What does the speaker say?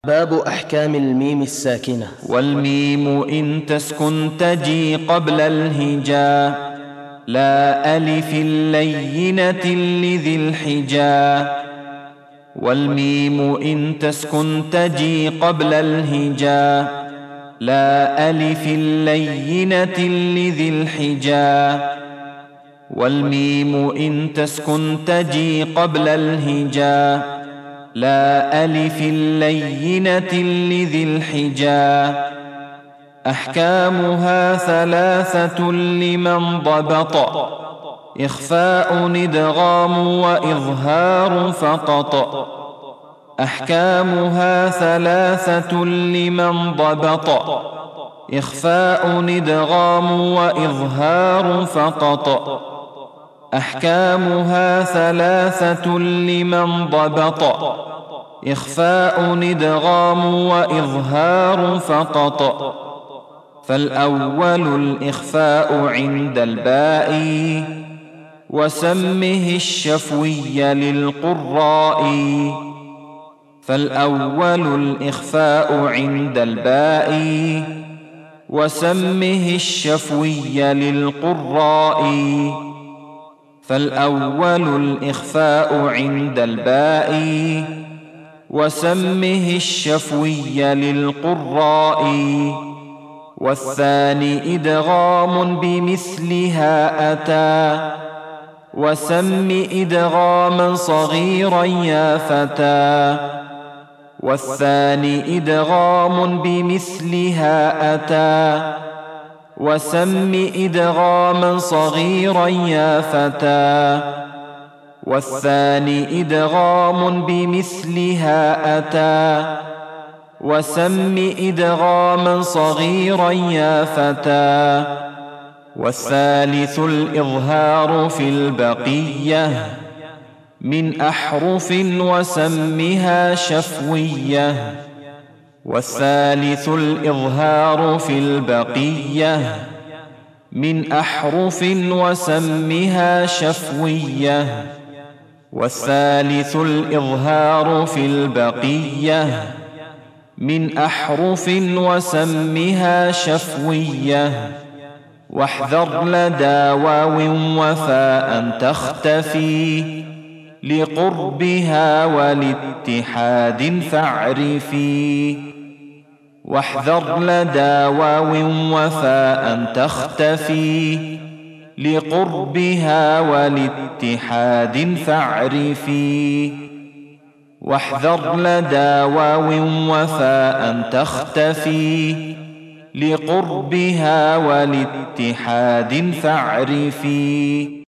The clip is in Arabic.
باب أحكام الميم الساكنة. والميم إن تسكن تجي قبل الهجاء، لا ألف اللينة لذي الحجاء. والميم إن تسكن تجي قبل الهجاء، لا ألف اللينة لذي الحجاء. والميم إن تسكن تجي قبل الهجاء، لا ألف اللينة لذي الحجاء. أحكامها ثلاثة لمن ضبط، إخفاء إدغام وإظهار فقط. أحكامها ثلاثة لمن ضبط، إخفاء إدغام وإظهار فقط. أحكامها ثلاثة لمن ضبط، إخفاء إدغام وإظهار فقط. فالأول الإخفاء عند الباء، وسمه الشفوي للقراء. فالأول الإخفاء عند الباء، وسمه الشفوي للقراء. فالأول الإخفاء عند الباء، وسمه الشفوي للقراء. والثاني إدغام بمثلها أتى، وسم إدغاما صغيرا يا فتى. والثاني إدغام بمثلها أتى، وسم إدغاما صغيرا يا فتى. والثاني إدغام بمثلها أتى، وسم إدغاما صغيرا يا فتى. والثالث الإظهار في البقية من أحرف وسمها شفوية. والثالث الإظهار في البقية من أحرف وسمها شفوية. والثالث الإظهار في البقية من أحرف وسمها شفوية. واحذر لدى واو وفاء تختفي، لقربها ولاتحاد فاعرفي. واحذر لدى واو وفاء تختفي، لقربها ولاتحاد فاعرفي. واحذر لدى واو وفاء تختفي، لقربها ولاتحاد فاعرفي.